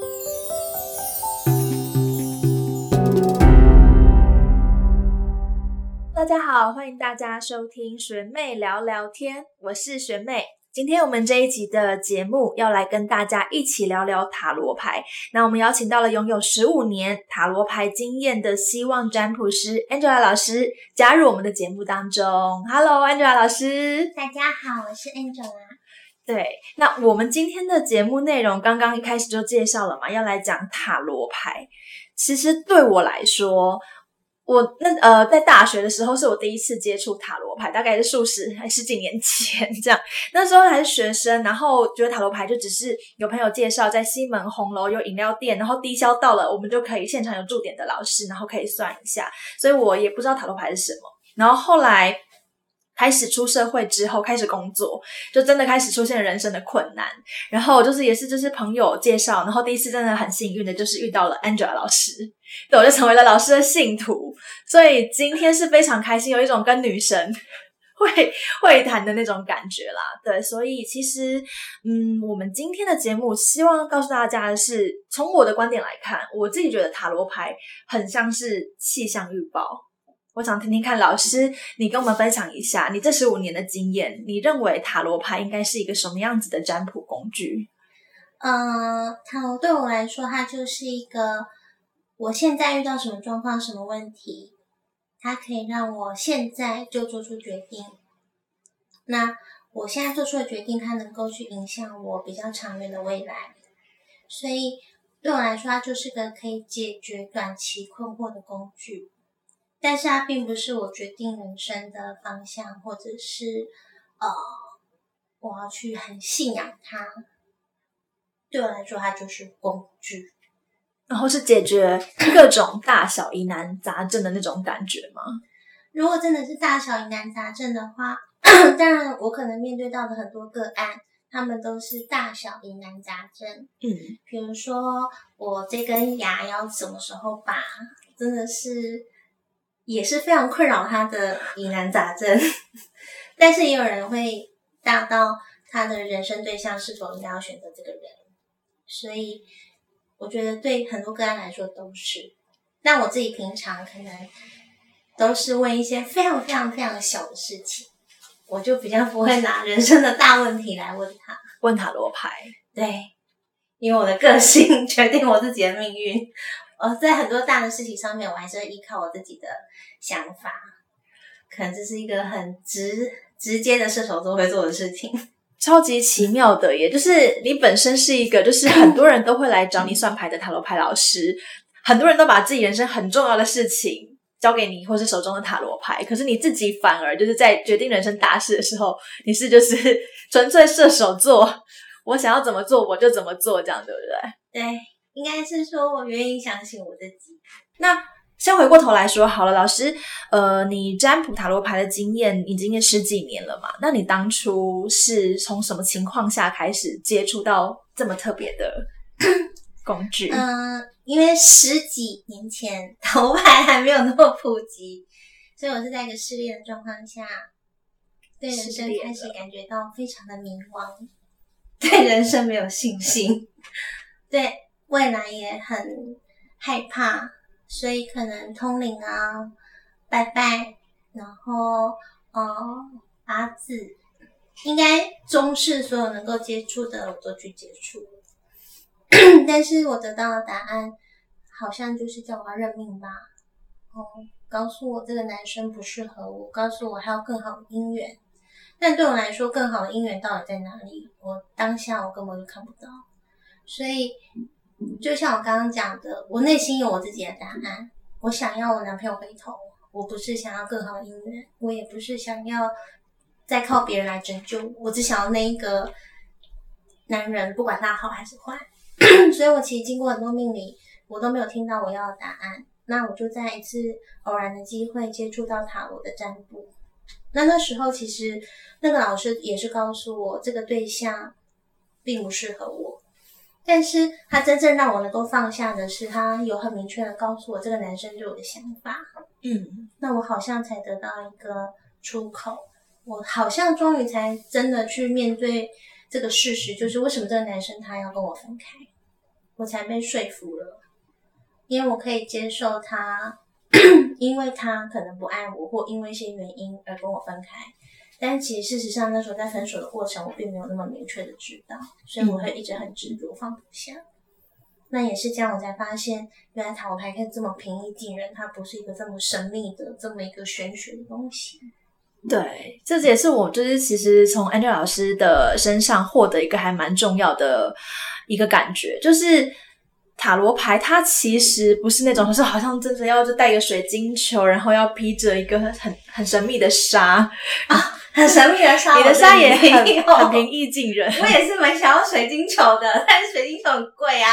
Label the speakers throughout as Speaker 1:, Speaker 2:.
Speaker 1: 大家好，欢迎大家收听学妹聊聊天，我是学妹。今天我们这一集的节目要来跟大家一起聊聊塔罗牌。那我们邀请到了拥有15年塔罗牌经验的希望占卜师 Angela 老师加入我们的节目当中。Hello Angela 老师。
Speaker 2: 大家好，我是 Angela。
Speaker 1: 对，那我们今天的节目内容刚刚一开始就介绍了嘛，要来讲塔罗牌。其实对我来说，我在大学的时候是我第一次接触塔罗牌，大概是十几年前这样。那时候还是学生，然后觉得塔罗牌就只是有朋友介绍，在西门红楼有饮料店，然后低消到了，我们就可以现场有驻点的老师，然后可以算一下，所以我也不知道塔罗牌是什么。然后后来开始出社会之后，开始工作，就真的开始出现人生的困难。然后也是朋友介绍，然后第一次真的很幸运的就是遇到了 Angela 老师，对，我就成为了老师的信徒。所以今天是非常开心，有一种跟女神会谈的那种感觉啦。对，所以其实我们今天的节目希望告诉大家的是，从我的观点来看，我自己觉得塔罗牌很像是气象预报。我想听听看老师你跟我们分享一下你这15年的经验，你认为塔罗牌应该是一个什么样子的占卜工具？
Speaker 2: 塔罗对我来说，它就是一个我现在遇到什么状况什么问题，它可以让我现在就做出决定。那我现在做出的决定，它能够去影响我比较长远的未来，所以对我来说，它就是个可以解决短期困惑的工具。但是它并不是我决定人生的方向，或者是我要去很信仰它。对我来说，它就是工具，
Speaker 1: 然后是解决各种大小疑难杂症的那种感觉吗？
Speaker 2: 如果真的是大小疑难杂症的话，当然我可能面对到的很多个案，他们都是大小疑难杂症。比如说我这根牙要什么时候拔，真的是也是非常困扰他的疑难杂症。但是也有人会大到他的人生对象是否应该要选择这个人，所以我觉得对很多个案来说都是。但我自己平常可能都是问一些非常非常非常小的事情，我就比较不会拿人生的大问题来问他。
Speaker 1: 问塔罗牌，
Speaker 2: 对，因为我的个性决定我自己的命运。在很多大的事情上面，我还是会依靠我自己的想法，可能这是一个很直接的射手座会做的事情。
Speaker 1: 超级奇妙的耶，就是你本身是一个就是很多人都会来找你算牌的塔罗牌老师，很多人都把自己人生很重要的事情交给你或是手中的塔罗牌，可是你自己反而就是在决定人生大事的时候，你是就是纯粹射手座，我想要怎么做我就怎么做，这样对不
Speaker 2: 对？对，应该是说我愿意相信我自己。
Speaker 1: 那先回过头来说好了，老师，你占卜塔罗牌的经验已经10几年了嘛？那你当初是从什么情况下开始接触到这么特别的工具？
Speaker 2: 因为10几年前塔罗牌还没有那么普及，所以我是在一个失恋的状况下，对人生开始感觉到非常的迷惘，对人生没有信心，对未来也很害怕，所以可能通灵啊、拜拜，然后八字，应该中式所有能够接触的我都去接触。但是我得到的答案好像就是叫我要认命吧。告诉我这个男生不适合我，告诉我还有更好的姻缘。但对我来说，更好的姻缘到底在哪里？我当下我根本就看不到。所以就像我刚刚讲的，我内心有我自己的答案。我想要我男朋友回头，我不是想要更好的姻缘，我也不是想要再靠别人来拯救我，我只想要那一个男人，不管他好还是坏。所以我其实经过很多命理，我都没有听到我要的答案。那我就在一次偶然的机会接触到塔罗的占卜。那时候其实那个老师也是告诉我，这个对象并不适合我。但是他真正让我能够放下的是，他有很明确的告诉我这个男生对我的想法。那我好像才得到一个出口，我好像终于才真的去面对这个事实，就是为什么这个男生他要跟我分开。 我才被说服了，因为我可以接受他因为他可能不爱我，或因为一些原因而跟我分开，但其实事实上那时候在分手的过程我并没有那么明确的知道，所以我会一直很执着放不下。那也是这样我才发现原来塔罗牌可以这么平易近人，它不是一个这么神秘的这么一个玄学的东西。
Speaker 1: 对，这也是我就是其实从 Angela 老师的身上获得一个还蛮重要的一个感觉，就是塔罗牌它其实不是那种就是好像真的要就带一个水晶球，然后要披着一个很神秘的纱
Speaker 2: 啊，很神秘的纱，
Speaker 1: 你的纱也很平易近人。
Speaker 2: 我也是蛮想要水晶球的，但是水晶球很贵啊。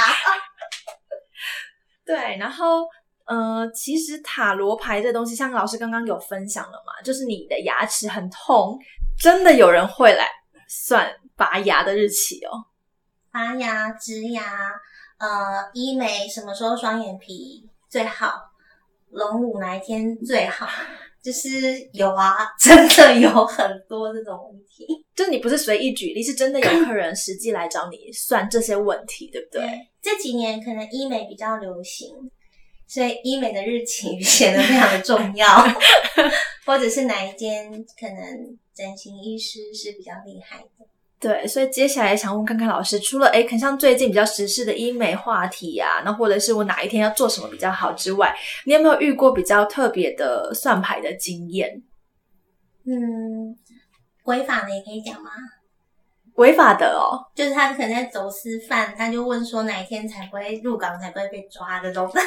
Speaker 1: 对，然后其实塔罗牌这东西像老师刚刚有分享了嘛，就是你的牙齿很痛，真的有人会来算拔牙的日期哦。
Speaker 2: 拔牙、植牙、医美，什么时候双眼皮最好，隆乳哪一天最好，就是有啊，真的有很多这种问题。
Speaker 1: 就你不是随意举例，是真的有客人实际来找你算这些问题，对不对？
Speaker 2: 对，这几年可能医美比较流行，所以医美的日期显得非常的重要或者是哪一间可能整形医师是比较厉害的。
Speaker 1: 对，所以接下来想问看看老师，除了可能像最近比较时事的医美话题啊，那或者是我哪一天要做什么比较好之外，你有没有遇过比较特别的算牌的经验？
Speaker 2: 违法的也可以讲吗？
Speaker 1: 违法的哦，
Speaker 2: 就是他可能在走私贩，他就问说哪一天才不会入港，才不会被抓这种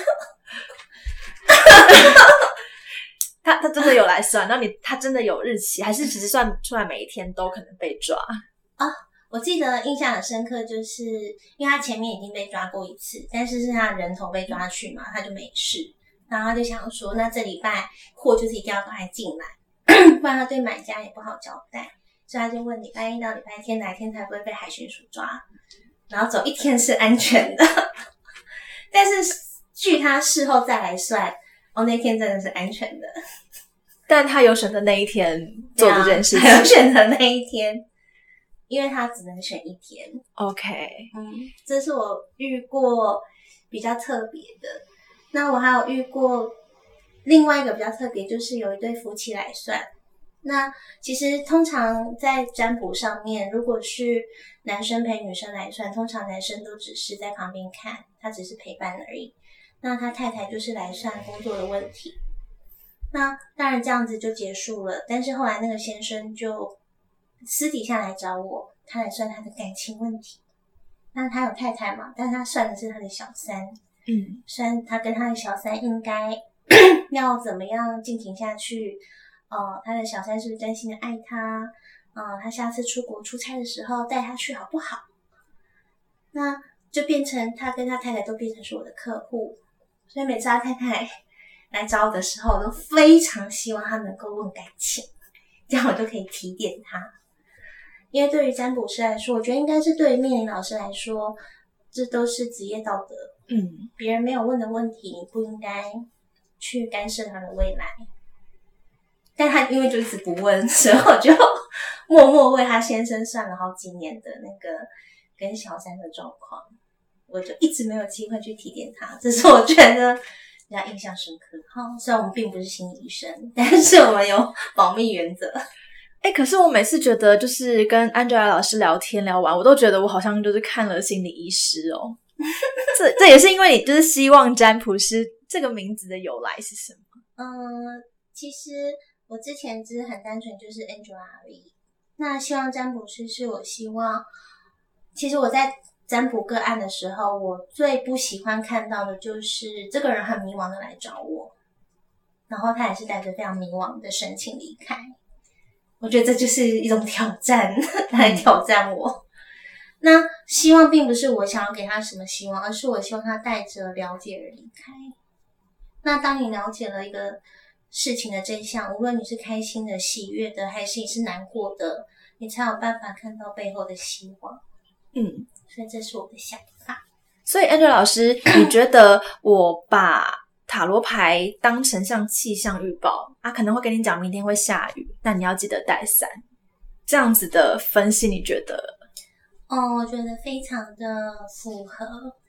Speaker 1: 他真的有来算，然后他真的有日期，还是其实算出来每一天都可能被抓？
Speaker 2: 我记得印象很深刻，就是因为他前面已经被抓过一次，但是是他人头被抓去嘛，他就没事，然后他就想说那这礼拜货就是一定要赶快进来不然他对买家也不好交代，所以他就问礼拜一到礼拜天哪一天才不会被海巡署抓，然后走一天是安全的但是据他事后再来算，那天真的是安全的，
Speaker 1: 但他有选择那一天做这件事情，
Speaker 2: 他有选择那一天，因为他只能选一天。
Speaker 1: OK，
Speaker 2: 这是我遇过比较特别的。那我还有遇过另外一个比较特别，就是有一对夫妻来算。那其实通常在占卜上面，如果是男生陪女生来算，通常男生都只是在旁边看，他只是陪伴而已，那他太太就是来算工作的问题。那当然这样子就结束了，但是后来那个先生就私底下来找我，他来算他的感情问题。那他有太太嘛，但是他算的是他的小三，算他跟他的小三应该要怎么样进行下去，他的小三是不是真心的爱他，他下次出国出差的时候带他去好不好。那就变成他跟他太太都变成是我的客户，所以每次他太太来找我的时候，我都非常希望他能够问感情，这样我就可以提点他。因为对于占卜师来说，我觉得应该是对于命理老师来说，这都是职业道德。别人没有问的问题，你不应该去干涉他的未来。但他因为就一直不问，所以我就默默为他先生算了好几年的那个跟小三的状况，我就一直没有机会去提点他，这是我觉得比较印象深刻。虽然我们并不是心理医生，但是我们有保密原则。
Speaker 1: 可是我每次觉得就是跟 Angela 老师聊天聊完，我都觉得我好像就是看了心理医师哦这也是因为你就是希望占卜师这个名字的由来是什么？
Speaker 2: 其实我之前只是很单纯就是 Angela 而已。那希望占卜师是我希望，其实我在占卜个案的时候，我最不喜欢看到的就是这个人很迷惘的来找我，然后他也是带着非常迷惘的神情离开。我觉得这就是一种挑战，来挑战我。那希望并不是我想要给他什么希望，而是我希望他带着了解而离开。那当你了解了一个事情的真相，无论你是开心的、喜悦的，还是你是难过的，你才有办法看到背后的希望。所以这是我的想法。
Speaker 1: 所以 Angela 老师，你觉得我把塔罗牌当成像气象预报，可能会跟你讲明天会下雨，那你要记得带伞，这样子的分析你觉得？
Speaker 2: 我觉得非常的符合，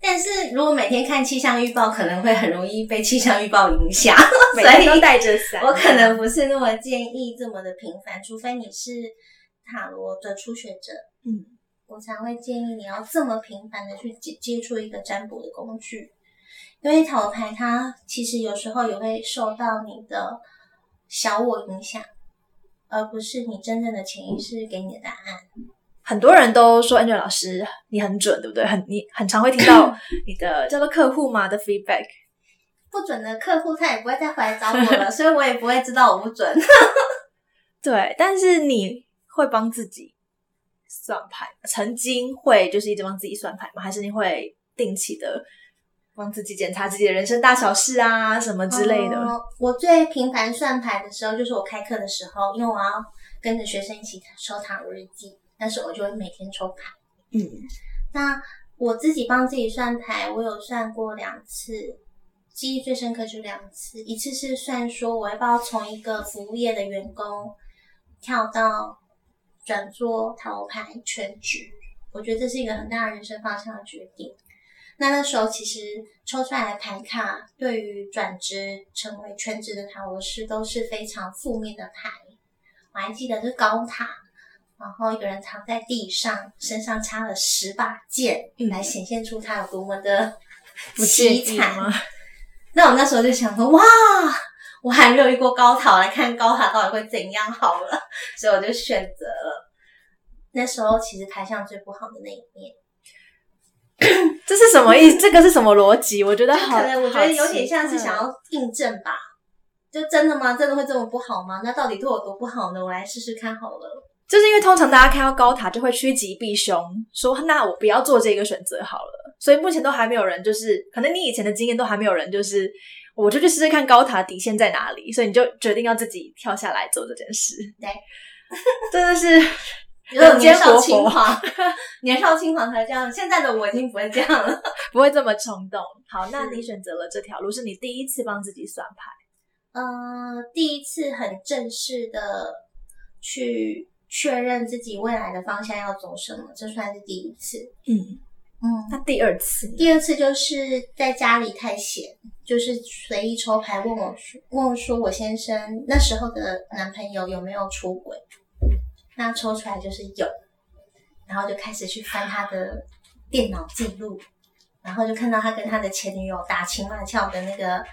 Speaker 2: 但是如果每天看气象预报，可能会很容易被气象预报影响，
Speaker 1: 每天都带着伞。
Speaker 2: 我可能不是那么建议这么的频繁，除非你是塔罗的初学者，我才会建议你要这么频繁的去接触一个占卜的工具。因为塔罗牌它其实有时候也会受到你的小我影响，而不是你真正的潜意识给你的答案。
Speaker 1: 很多人都说 Angel 老师你很准，对不对？你很常会听到你的叫做客户嘛的 feedback。
Speaker 2: 不准的客户他也不会再回来找我了，所以我也不会知道我不准。
Speaker 1: 对，但是你会帮自己算牌，曾经会就是一直帮自己算牌吗？还是你会定期的帮自己检查自己的人生大小事啊什么之类的？
Speaker 2: 我最频繁算牌的时候就是我开课的时候，因为我要跟着学生一起抽塔罗日记，但是我就会每天抽牌。那我自己帮自己算牌，我有算过2次，记忆最深刻就2次。一次是算说我要不要从一个服务业的员工跳到转做塔罗牌全职，我觉得这是一个很大的人生方向的决定。那时候其实抽出来的牌卡对于转职成为全职的塔罗师都是非常负面的牌。我还记得是高塔，然后一个人躺在地上，身上插了10把剑，来显现出他有多么的凄惨
Speaker 1: 吗？
Speaker 2: 那我那时候就想说，哇，我还没有遇过高塔，我来看高塔到底会怎样好了，所以我就选择了那时候其实牌相最不好的那一面。
Speaker 1: 这是什么意思？这个是什么逻辑？我觉得好，
Speaker 2: 可能我觉得有点像是想要印证吧。就真的吗？真的会这么不好吗？那到底对我多不好呢？我来试试看好了。
Speaker 1: 就是因为通常大家看到高塔就会趋吉避凶，说那我不要做这个选择好了。所以目前都还没有人，就是可能你以前的经验都还没有人，就是我就去试试看高塔底线在哪里，所以你就决定要自己跳下来做这件事。
Speaker 2: 对，
Speaker 1: 真的是
Speaker 2: 有年少轻狂，年少轻狂才这样。现在的我已经不会这样了，
Speaker 1: 不会这么冲动。好，那你选择了这条路，是你第一次帮自己算牌。
Speaker 2: 第一次很正式的去确认自己未来的方向要走什么，这算是第一次。那第二次就是在家里太闲，就是随意抽牌问我说我先生那时候的男朋友有没有出轨，那抽出来就是有，然后就开始去翻他的电脑记录，然后就看到他跟他的前女友打情骂俏的那个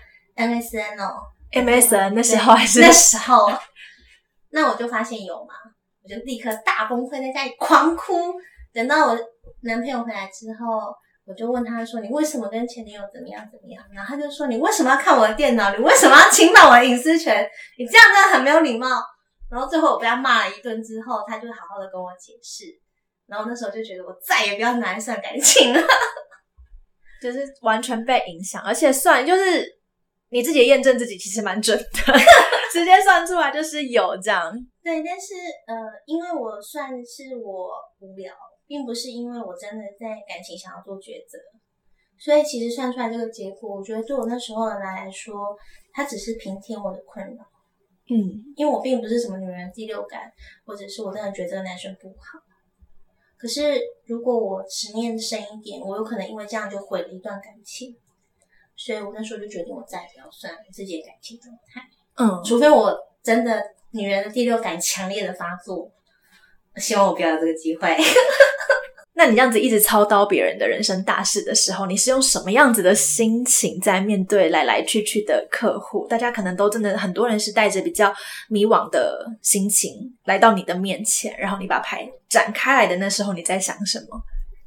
Speaker 2: MSN
Speaker 1: 那时候还是
Speaker 2: 那时候，那我就发现有嘛，我就立刻大崩溃，在家里狂哭。等到我男朋友回来之后，我就问他说：“你为什么跟前女友怎么样怎么样？”然后他就说：“你为什么要看我的电脑？你为什么要侵犯我的隐私权？你这样真的很没有礼貌。”然后最后我被他骂了一顿之后，他就好好的跟我解释。然后那时候就觉得我再也不要拿来算感情了，
Speaker 1: 就是完全被影响，而且算就是你自己也验证自己其实蛮准的，直接算出来就是有这样。
Speaker 2: 对，但是因为我算是我无聊，并不是因为我真的在感情想要做抉择，所以其实算出来这个结果，我觉得对我那时候的来说，它只是平添我的困扰。因为我并不是什么女人第六感，或者是我真的觉得这个男生不好。可是如果我执念深一点，我有可能因为这样就毁了一段感情。所以我那时候就决定我再也不要算自己的感情状态。除非我真的女人的第六感强烈的发作，希望我不要有这个机会。
Speaker 1: 那你这样子一直操刀别人的人生大事的时候，你是用什么样子的心情在面对来来去去的客户？大家可能都真的很多人是带着比较迷惘的心情来到你的面前，然后你把牌展开来的那时候你在想什么？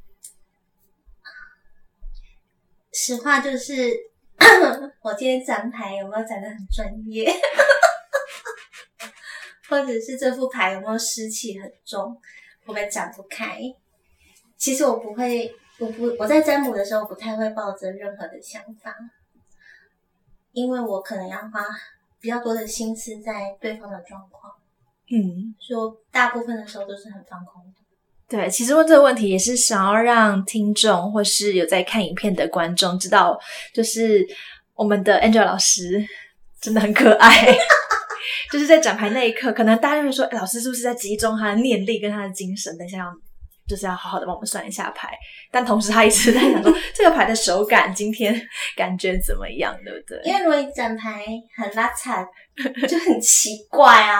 Speaker 2: 实话就是我今天展牌有没有展得很专业或者是这副牌有没有湿气很重，会不会展不开。其实我不会，我在占卜的时候不太会抱着任何的想法，因为我可能要花比较多的心思在对方的状况。所以我大部分的时候都是很放空的。
Speaker 1: 对，其实问这个问题也是想要让听众或是有在看影片的观众知道，就是我们的 Angel 老师真的很可爱就是在展牌那一刻，可能大家就会说老师是不是在集中他的念力跟他的精神，等一下要就是要好好的帮我们算一下牌，但同时他一直在想说这个牌的手感今天感觉怎么样，对不对？
Speaker 2: 因为如果你整牌很拉惨就很奇怪啊。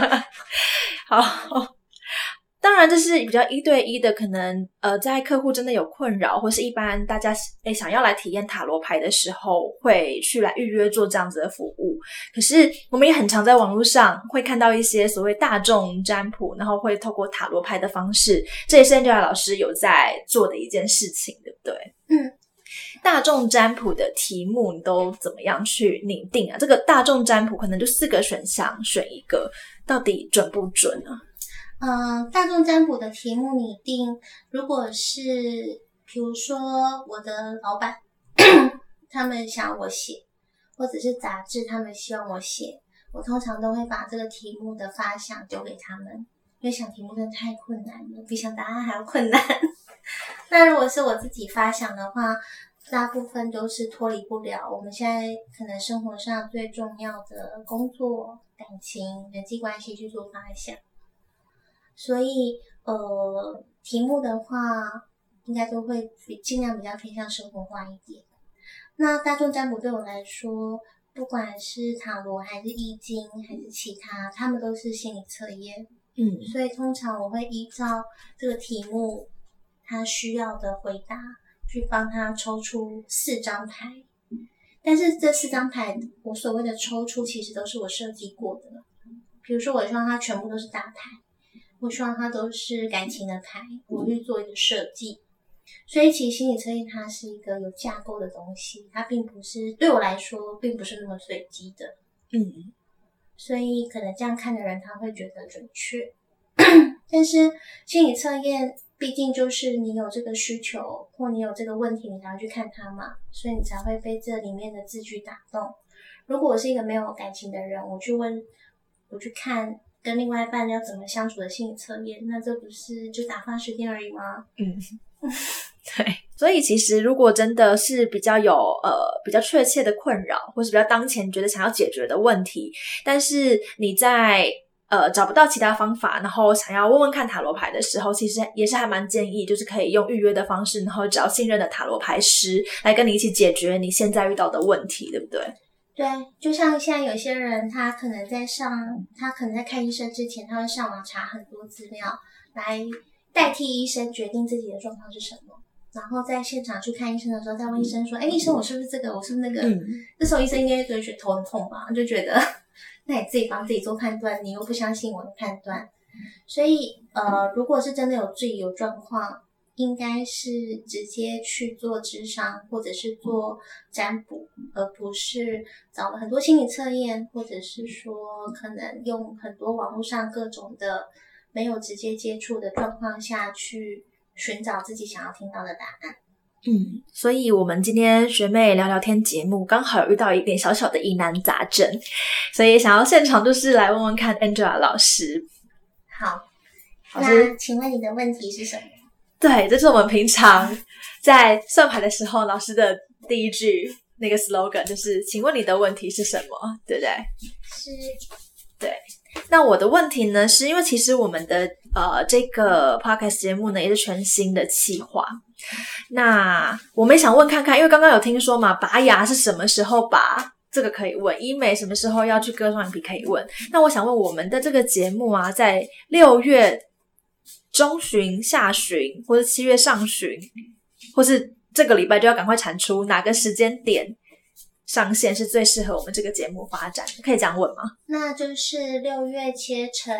Speaker 1: 好，当然这是比较一对一的，可能在客户真的有困扰，或是一般大家想要来体验塔罗牌的时候会去来预约做这样子的服务。可是我们也很常在网络上会看到一些所谓大众占卜，然后会透过塔罗牌的方式，这也是 Angela 老师有在做的一件事情，对不对？大众占卜的题目你都怎么样去拟定啊？这个大众占卜可能就4个选项选一个，到底准不准啊？
Speaker 2: 大众占卜的题目拟定，如果是比如说我的老板他们想我写，或者是杂志他们希望我写，我通常都会把这个题目的发想丢给他们，因为想题目真的太困难了，比想答案还要困难。那如果是我自己发想的话，大部分都是脱离不了我们现在可能生活上最重要的工作、感情、人际关系去做发想。所以题目的话应该都会尽量比较偏向生活化一点。那大众占卜对我来说，不管是塔罗还是易经还是其他，他们都是心理测验。所以通常我会依照这个题目他需要的回答去帮他抽出4张牌。但是这4张牌我所谓的抽出其实都是我设计过的，比如说我希望它全部都是大牌，我希望它都是感情的牌，我去做一个设计。所以其实心理测验它是一个有架构的东西，它并不是对我来说并不是那么随机的。所以可能这样看的人他会觉得准确。但是心理测验毕竟就是你有这个需求或你有这个问题你才会去看它嘛，所以你才会被这里面的字句打动。如果我是一个没有感情的人，我去看跟另外一半要怎么相处的心理测验，那这不是就打发时间而已吗？
Speaker 1: 对，所以其实如果真的是比较有比较确切的困扰，或是比较当前觉得想要解决的问题，但是你在找不到其他方法，然后想要问问看塔罗牌的时候，其实也是还蛮建议就是可以用预约的方式，然后找信任的塔罗牌师来跟你一起解决你现在遇到的问题，对不对？
Speaker 2: 对，就像现在有些人他可能在看医生之前，他会上网查很多资料来代替医生决定自己的状况是什么，然后在现场去看医生的时候再问医生说医生我是不是这个，我是不是那个。这时候医生应该就会觉得头很痛吧，就觉得那你自己帮自己做判断，你又不相信我的判断。所以如果是真的有自己有状况，应该是直接去做諮商或者是做占卜，而不是找了很多心理测验，或者是说可能用很多网络上各种的没有直接接触的状况下去寻找自己想要听到的答案。
Speaker 1: 所以我们今天学妹聊聊天节目刚好有遇到一点小小的疑难杂症，所以想要现场就是来问问看 Angela 老师。
Speaker 2: 好，那请问你的问题是什么？
Speaker 1: 对，这是我们平常在算牌的时候老师的第一句那个 slogan， 就是请问你的问题是什么，对不对？
Speaker 2: 是。
Speaker 1: 对，那我的问题呢，是因为其实我们的这个 podcast 节目呢也是全新的企划，那我们也想问看看，因为刚刚有听说嘛，拔牙是什么时候拔，这个可以问，医美什么时候要去割双眼皮可以问。那我想问我们的这个节目啊，在6月中旬、下旬，或是7月上旬，或是这个礼拜就要赶快产出，哪个时间点上线是最适合我们这个节目发展的？可以这样问吗？
Speaker 2: 那就是6月切成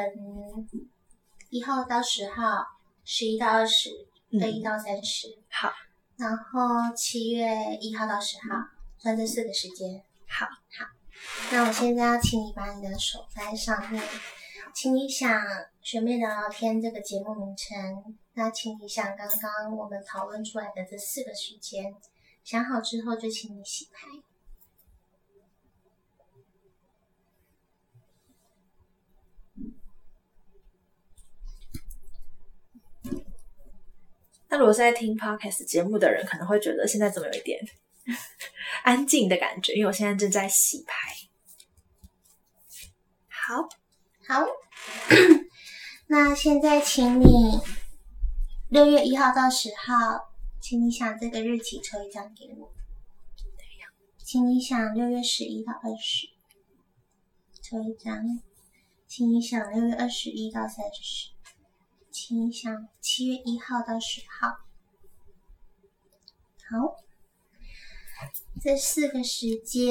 Speaker 2: 1号到10号，11到20，21到30。
Speaker 1: 好。
Speaker 2: 然后7月1号到10号，算这4个时间。
Speaker 1: 好。
Speaker 2: 那我现在要请你把你的手在上面，请你想学妹聊聊天这个节目名称，那请你想刚刚我们讨论出来的这4个时间，想好之后就请你洗牌。
Speaker 1: 那如果是在聽 podcast 節目的人可能會覺得現在怎麼有一點安靜的感覺，因為我現在正在洗牌。好
Speaker 2: 那現在請你 6月1号到10号，请你想这个日期抽一张给我。请你想6月11到20，抽一张。请你想6月21到30，请你想7月1号到10号。好，这4个时间，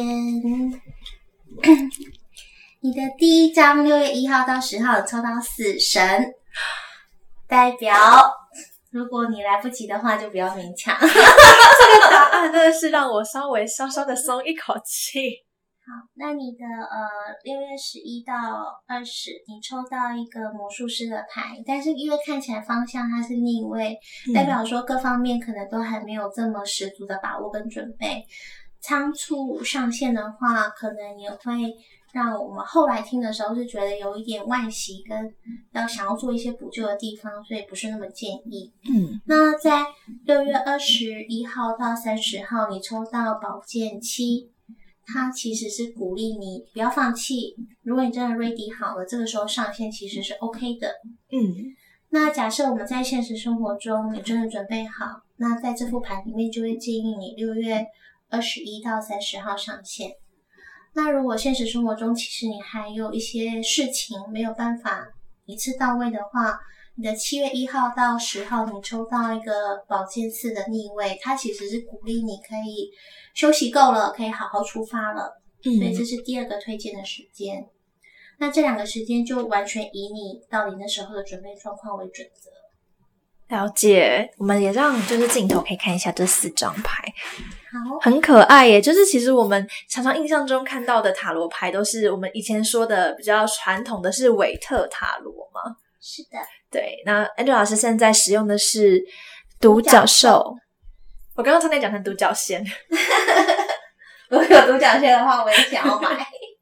Speaker 2: 你的第一张6月1号到10号抽到死神，代表如果你来不及的话就不要勉强。
Speaker 1: 这个答案真的是让我稍稍的松一口气。
Speaker 2: 好，那你的6月11到20，你抽到一个魔术师的牌，但是因为看起来方向它是逆位，代表说各方面可能都还没有这么十足的把握跟准备。仓促上线的话，可能也会让我们后来听的时候是觉得有一点惋惜，跟要想要做一些补救的地方，所以不是那么建议。那在6月21号到30号，你抽到宝剑7。它其实是鼓励你不要放弃，如果你真的 ready 好了，这个时候上线其实是 OK 的。那假设我们在现实生活中你真的准备好，那在这副牌里面就会建议你6月21到30号上线。那如果现实生活中其实你还有一些事情没有办法一次到位的话，你的7月1号到10号你抽到一个宝剑4的逆位，它其实是鼓励你可以休息够了，可以好好出发了。所以这是第2个推荐的时间。那这2个时间就完全以你到底那时候的准备状况为准则。
Speaker 1: 了解，我们也让就是镜头可以看一下这4张牌。
Speaker 2: 好，
Speaker 1: 很可爱耶。就是其实我们常常印象中看到的塔罗牌都是我们以前说的比较传统的是韦特塔罗嘛。
Speaker 2: 是的，
Speaker 1: 对。那 Andrew 老师现在使用的是独角兽。我刚刚差点讲成独角仙。
Speaker 2: 如果有独角仙的话，我也想要买。好，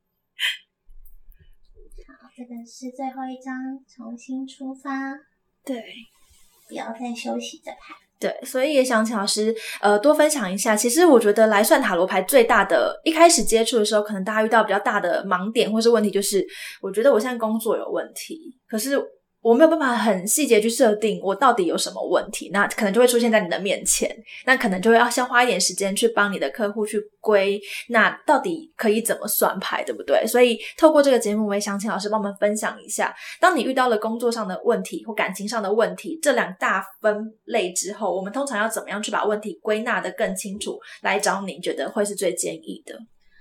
Speaker 2: 这个是最后一张，重新出发。
Speaker 1: 对，
Speaker 2: 不要再休息的牌。
Speaker 1: 对，所以也想请老师多分享一下。其实我觉得来算塔罗牌最大的，一开始接触的时候，可能大家遇到比较大的盲点或是问题，就是我觉得我现在工作有问题，可是我没有办法很细节去设定我到底有什么问题，那可能就会出现在你的面前，那可能就会要先花一点时间去帮你的客户去归那到底可以怎么算牌，对不对？所以透过这个节目，我也想请老师帮我们分享一下，当你遇到了工作上的问题或感情上的问题，这2大分类之后，我们通常要怎么样去把问题归纳得更清楚，来找你觉得会是最建议的？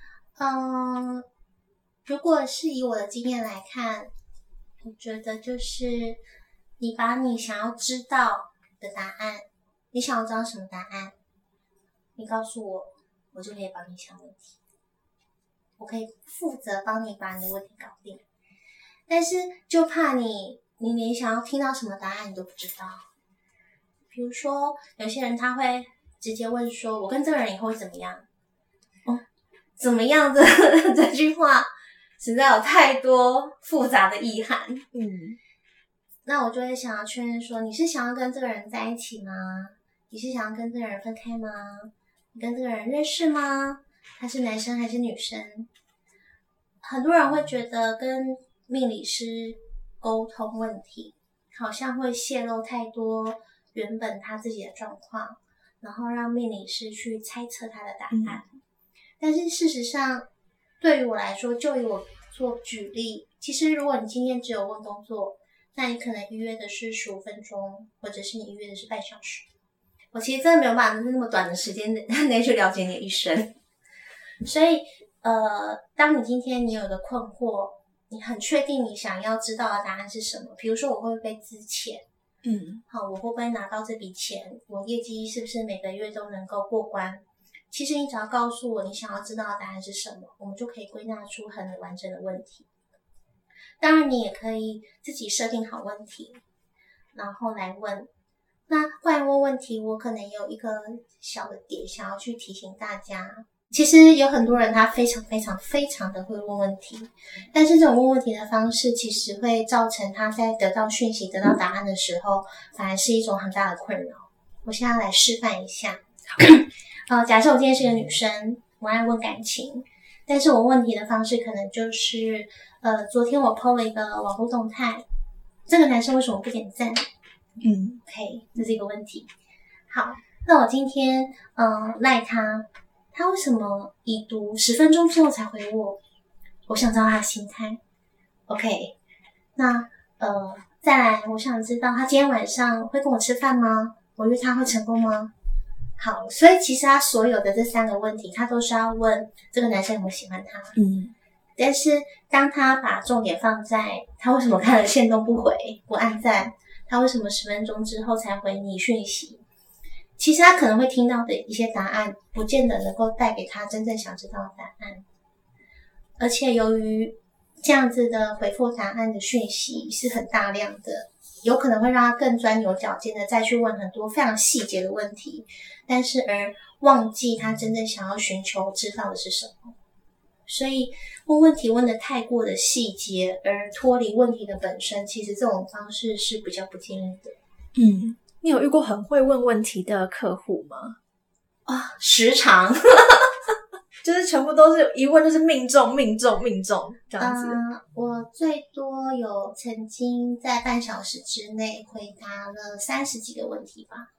Speaker 2: 如果是以我的经验来看，我觉得就是你把你想要知道的答案，你想要知道什么答案，你告诉我，我就可以帮你想问题，我可以负责帮你把你的问题搞定。但是就怕你连想要听到什么答案你都不知道。比如说有些人他会直接问说，我跟这个人以后会怎么样？怎么样的这句话实在有太多复杂的意涵。那我就会想要确认说，你是想要跟这个人在一起吗？你是想要跟这个人分开吗？你跟这个人认识吗？他是男生还是女生？很多人会觉得跟命理师沟通问题，好像会泄露太多原本他自己的状况，然后让命理师去猜测他的答案。但是事实上，对于我来说，就以我做举例，其实如果你今天只有问工作，那你可能预约的是15分钟，或者是你预约的是半小时。我其实真的没有办法在那么短的时间内去了解你的一生。所以当你今天你有个困惑，你很确定你想要知道的答案是什么，比如说我会不会被资遣，好，我会不会拿到这笔钱，我业绩是不是每个月都能够过关。其实你只要告诉我你想要知道的答案是什么，我们就可以归纳出很完整的问题。当然你也可以自己设定好问题，然后来问。那关于问问题，我可能也有一个小的点想要去提醒大家。其实有很多人他非常非常非常的会问问题，但是这种问问题的方式其实会造成他在得到讯息得到答案的时候反而是一种很大的困扰。我现在来示范一下。假设我今天是个女生，我爱问感情，但是我问题的方式可能就是昨天我 po 了一个网络动态，这个男生为什么不点赞？ OK， 这是一个问题。好，那我今天赖他为什么已读10分钟之后才回我？我想知道他的心态。OK， 那再来，我想知道他今天晚上会跟我吃饭吗？我约他会成功吗？好，所以其实他所有的这3个问题，他都是要问这个男生有没有喜欢他。但是当他把重点放在他为什么看了限动不回不按赞，他为什么10分钟之后才回你讯息，其实他可能会听到的一些答案不见得能够带给他真正想知道的答案。而且由于这样子的回复答案的讯息是很大量的，有可能会让他更钻牛角尖的再去问很多非常细节的问题，但是而忘记他真正想要寻求知道的是什么。所以问问题问得太过的细节而脱离问题的本身，其实这种方式是比较不建议的。
Speaker 1: 你有遇过很会问问题的客户吗？
Speaker 2: 时常
Speaker 1: 就是全部都是一问就是命中这样子。
Speaker 2: 我最多有曾经在半小时之内回答了30几个问题吧。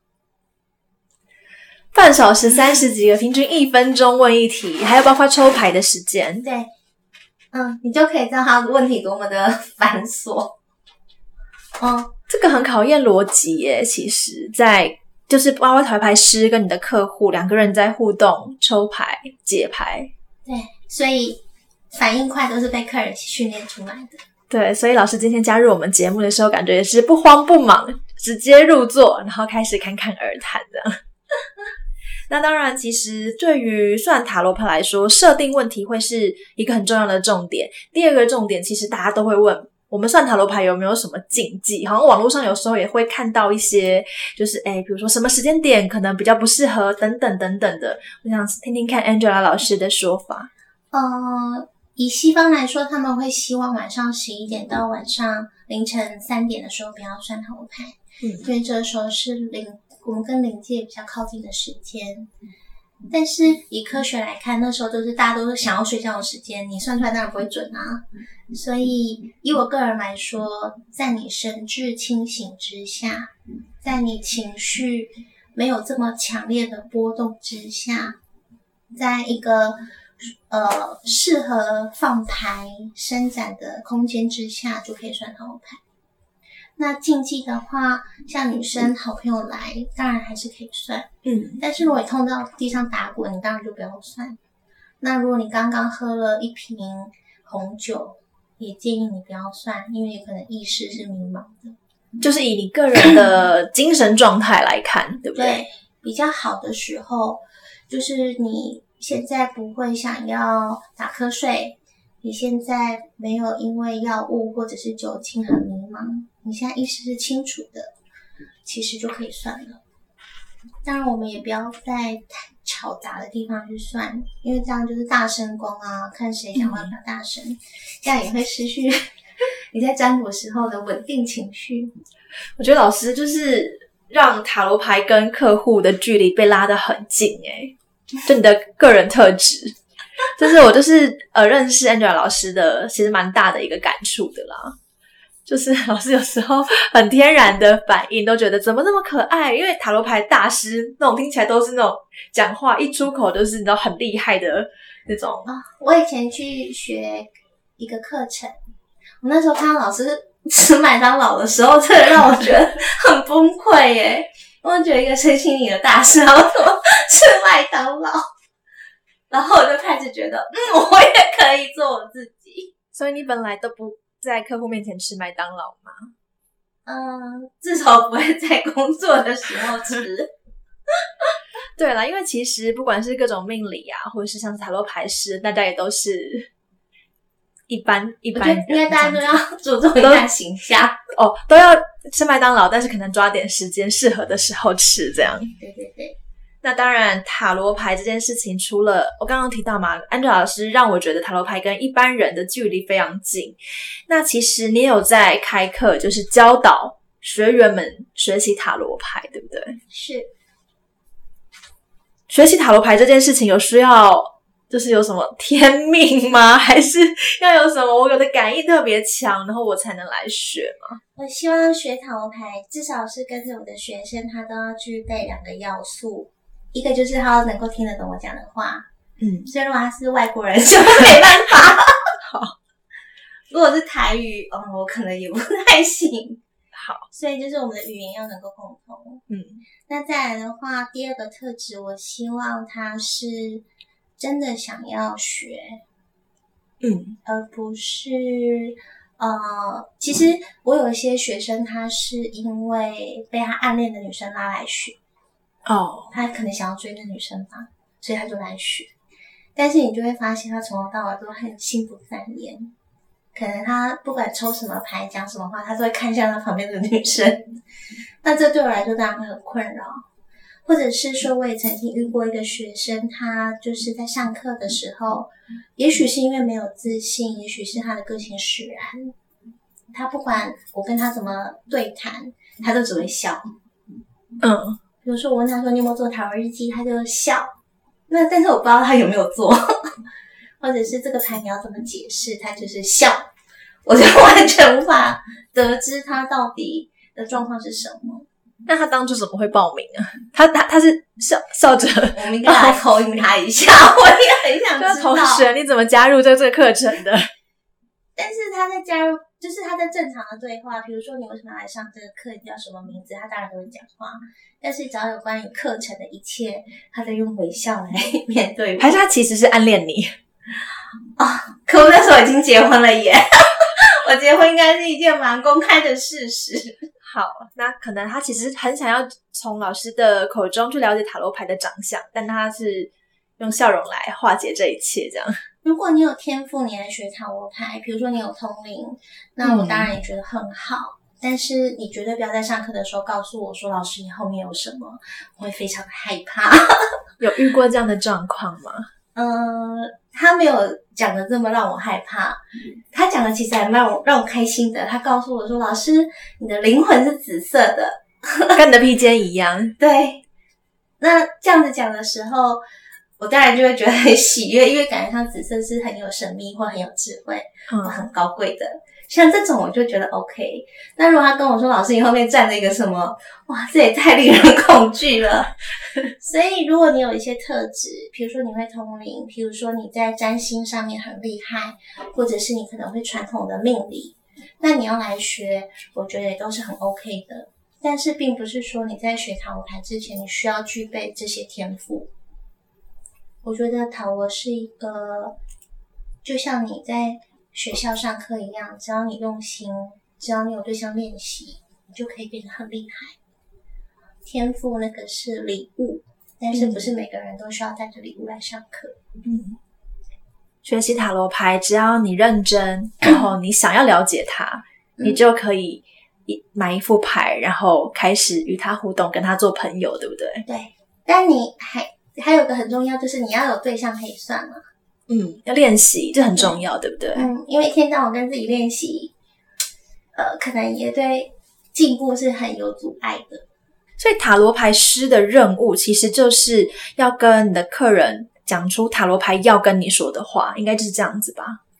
Speaker 1: 半小时30几个，平均1分钟问一题，还有包括抽牌的时间。
Speaker 2: 对，你就可以知道他的问题多么的繁琐。
Speaker 1: 这个很考验逻辑耶。其实在就是包括塔罗牌师跟你的客户2个人在互动、抽牌、解牌。
Speaker 2: 对，所以反应快都是被客人训练出来的。
Speaker 1: 对，所以老师今天加入我们节目的时候，感觉也是不慌不忙，直接入座，然后开始侃侃而谈这样。那当然，其实对于算塔罗牌来说，设定问题会是一个很重要的重点。第二个重点，其实大家都会问，我们算塔罗牌有没有什么禁忌？好像网络上有时候也会看到一些，就是比如说什么时间点可能比较不适合，等等等等的。我想听听看 Angela 老师的说法。
Speaker 2: 以西方来说，他们会希望晚上11点到晚上凌晨3点的时候不要算塔罗牌，因为这个时候是我们跟灵界比较靠近的时间。但是以科学来看，那时候大家都是想要睡觉的时间，你算出来当然不会准啊。所以以我个人来说，在你神志清醒之下，在你情绪没有这么强烈的波动之下，在一个适合放牌伸展的空间之下，就可以算塔罗牌。那禁忌的话，像女生好朋友来，当然还是可以算。但是如果你痛到地上打滚，你当然就不要算。那如果你刚刚喝了1瓶红酒，也建议你不要算，因为你可能意识是迷茫的。
Speaker 1: 就是以你个人的精神状态来看，对不对？
Speaker 2: 对，比较好的时候，就是你现在不会想要打瞌睡，你现在没有因为药物或者是酒精很迷茫，你现在意识是清楚的，其实就可以算了。当然我们也不要在太吵杂的地方去算，因为这样就是大声公啊，看谁讲话比较大声，这样也会失去你在占卜时候的稳定情绪。
Speaker 1: 我觉得老师就是让塔罗牌跟客户的距离被拉得很近就你的个人特质，就是我认识 Angela 老师的其实蛮大的一个感触的啦。就是老师有时候很天然的反应都觉得怎么那么可爱，因为塔罗牌大师那种听起来都是那种讲话一出口都是你知道很厉害的那种。
Speaker 2: 我以前去学一个课程，我那时候看到老师吃麦当劳的时候，真的让我觉得很崩溃耶。我觉得一个身心灵的大师，然后怎么吃麦当劳，然后我就开始觉得我也可以做我自己。
Speaker 1: 所以你本来都不在客户面前吃麦当劳吗？
Speaker 2: 至少不会在工作的时候吃。
Speaker 1: 对啦，因为其实不管是各种命理啊，或者是像塔罗牌师，大家也都是一般人，
Speaker 2: 因为大家都要注重一下形象
Speaker 1: 都要吃麦当劳，但是可能抓点时间适合的时候吃这样。
Speaker 2: 对。
Speaker 1: 那当然塔罗牌这件事情，除了我刚刚提到嘛，Angela 老师让我觉得塔罗牌跟一般人的距离非常近。那其实你有在开课，就是教导学员们学习塔罗牌，对不对？
Speaker 2: 是。
Speaker 1: 学习塔罗牌这件事情有需要就是有什么天命吗？还是要有什么我有的感应特别强，然后我才能来学吗？
Speaker 2: 我希望学塔罗牌至少是跟着我的学生，他都要具备2个要素，一个就是他要能够听得懂我讲的话，所以如果他是外国人就没办法。
Speaker 1: 好，
Speaker 2: 如果是台语，我可能也不太行。
Speaker 1: 好，
Speaker 2: 所以就是我们的语言要能够共同。那再来的话，第2个特质，我希望他是真的想要学，而不是其实我有一些学生，他是因为被他暗恋的女生拉来学，他可能想要追那女生吧，所以他就来学。但是你就会发现，他从头到尾都很心不在焉。可能他不管抽什么牌讲什么话，他都会看向他旁边的女生。那这对我来说当然会很困扰。或者是说，我也曾经遇过一个学生，他就是在上课的时候，也许是因为没有自信，也许是他的个性使然，他不管我跟他怎么对谈，他都只会笑。比如说我问他说你有没有做塔罗日记，他就笑。那但是我不知道他有没有做。或者是这个牌你要怎么解释，他就是笑，我就完全无法得知他到底的状况是什么。
Speaker 1: 那他当初怎么会报名啊？他是笑着，
Speaker 2: 我们应该来口音他一下，我也很想知道。
Speaker 1: 同学，你怎么加入这个课程的？
Speaker 2: 但是他在加入，就是他在正常的对话，比如说你为什么要来上这个课，你叫什么名字，他当然都会讲话。但是只要有关于课程的一切，他都用微笑来面对我。
Speaker 1: 还是他其实是暗恋你？
Speaker 2: 可我那时候已经结婚了耶。我结婚应该是一件蛮公开的事实。
Speaker 1: 好，那可能他其实很想要从老师的口中去了解塔罗牌的长相，但他是用笑容来化解这一切这样。
Speaker 2: 如果你有天赋，你来学塔罗牌，比如说你有通灵，那我当然也觉得很好。但是你绝对不要在上课的时候告诉我说老师你后面有什么，我会非常的害怕。
Speaker 1: 有遇过这样的状况吗？
Speaker 2: 他没有讲的这么让我害怕，他讲的其实还蛮让我开心的。他告诉我说老师你的灵魂是紫色的。
Speaker 1: 跟你的披肩一样。
Speaker 2: 对，那这样子讲的时候，我当然就会觉得很喜悦，因为感觉上紫色是很有神秘或很有智慧，很高贵的。像这种我就觉得 OK。 那如果他跟我说老师你后面站了一个什么，哇，这也太令人恐惧了。所以如果你有一些特质，比如说你会通灵，比如说你在占星上面很厉害，或者是你可能会传统的命理，那你要来学，我觉得也都是很 OK 的。但是并不是说你在学塔罗牌之前你需要具备这些天赋。我觉得塔罗是一个就像你在学校上课一样，只要你用心，只要你有对象练习，你就可以变得很厉害。天赋那个是礼物，但是不是每个人都需要带着礼物来上课。
Speaker 1: 学习塔罗牌，只要你认真，然后你想要了解它，你就可以买一副牌，然后开始与他互动，跟他做朋友，对不对？
Speaker 2: 对，但你还有个很重要，就是你要有对象可以算嘛。
Speaker 1: 要练习，这很重要，对不对？
Speaker 2: 因为一天到晚跟自己练习，可能也对进步是很有阻碍的。
Speaker 1: 所以塔罗牌师的任务其实就是要跟你的客人讲出塔罗牌要跟你说的话，应该就是这样子吧？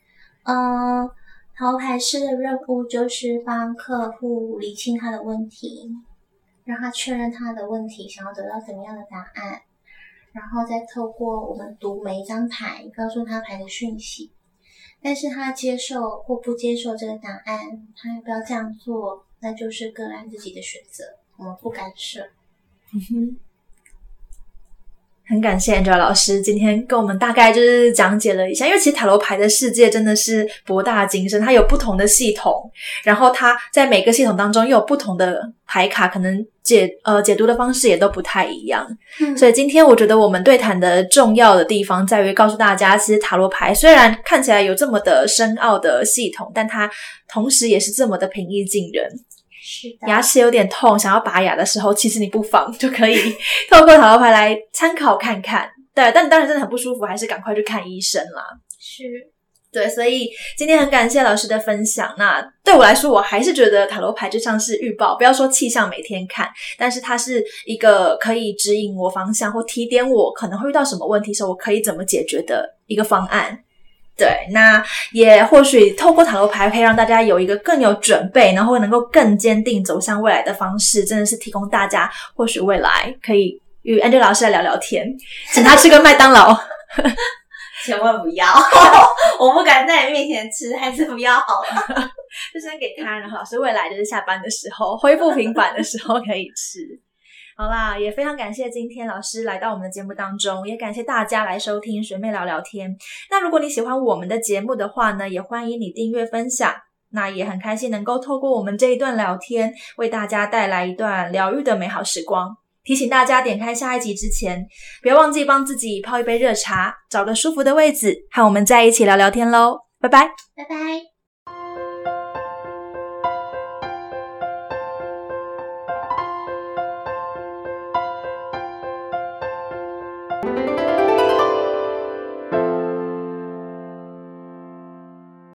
Speaker 2: 塔罗牌师的任务就是帮客户理清他的问题，让他确认他的问题，想要得到怎么样的答案，然后再透过我们读每一张牌，告诉他牌的讯息。但是他接受或不接受这个答案，他要不要这样做，那就是个人自己的选择，我们不干涉。
Speaker 1: 很感谢 Angela 老师今天跟我们大概就是讲解了一下，因为其实塔罗牌的世界真的是博大精深，它有不同的系统，然后它在每个系统当中又有不同的牌卡，可能解读的方式也都不太一样。所以今天我觉得我们对谈的重要的地方在于告诉大家，其实塔罗牌虽然看起来有这么的深奥的系统，但它同时也是这么的平易近人。
Speaker 2: 是的，
Speaker 1: 牙齿有点痛想要拔牙的时候，其实你不妨就可以透过塔罗牌来参考看看。对，但当然真的很不舒服，还是赶快去看医生啦。
Speaker 2: 是，
Speaker 1: 对，所以今天很感谢老师的分享。那对我来说，我还是觉得塔罗牌就像是预报，不要说气象每天看，但是它是一个可以指引我方向或提点我可能会遇到什么问题的时候，我可以怎么解决的一个方案。对，那也或许透过塔罗牌可以让大家有一个更有准备，然后能够更坚定走向未来的方式，真的是提供大家或许未来可以与 Angel 老师来聊聊天，请他吃个麦当劳。
Speaker 2: 千万不要，我不敢在你面前吃，还是不要好了。
Speaker 1: 就先给他，然后老师未来就是下班的时候恢复平板的时候可以吃。好啦，也非常感谢今天老师来到我们的节目当中，也感谢大家来收听学妹聊聊天。那如果你喜欢我们的节目的话呢，也欢迎你订阅分享。那也很开心能够透过我们这一段聊天，为大家带来一段疗愈的美好时光。提醒大家点开下一集之前，别忘记帮自己泡一杯热茶，找个舒服的位置，和我们在一起聊聊天咯。拜拜。
Speaker 2: 拜拜。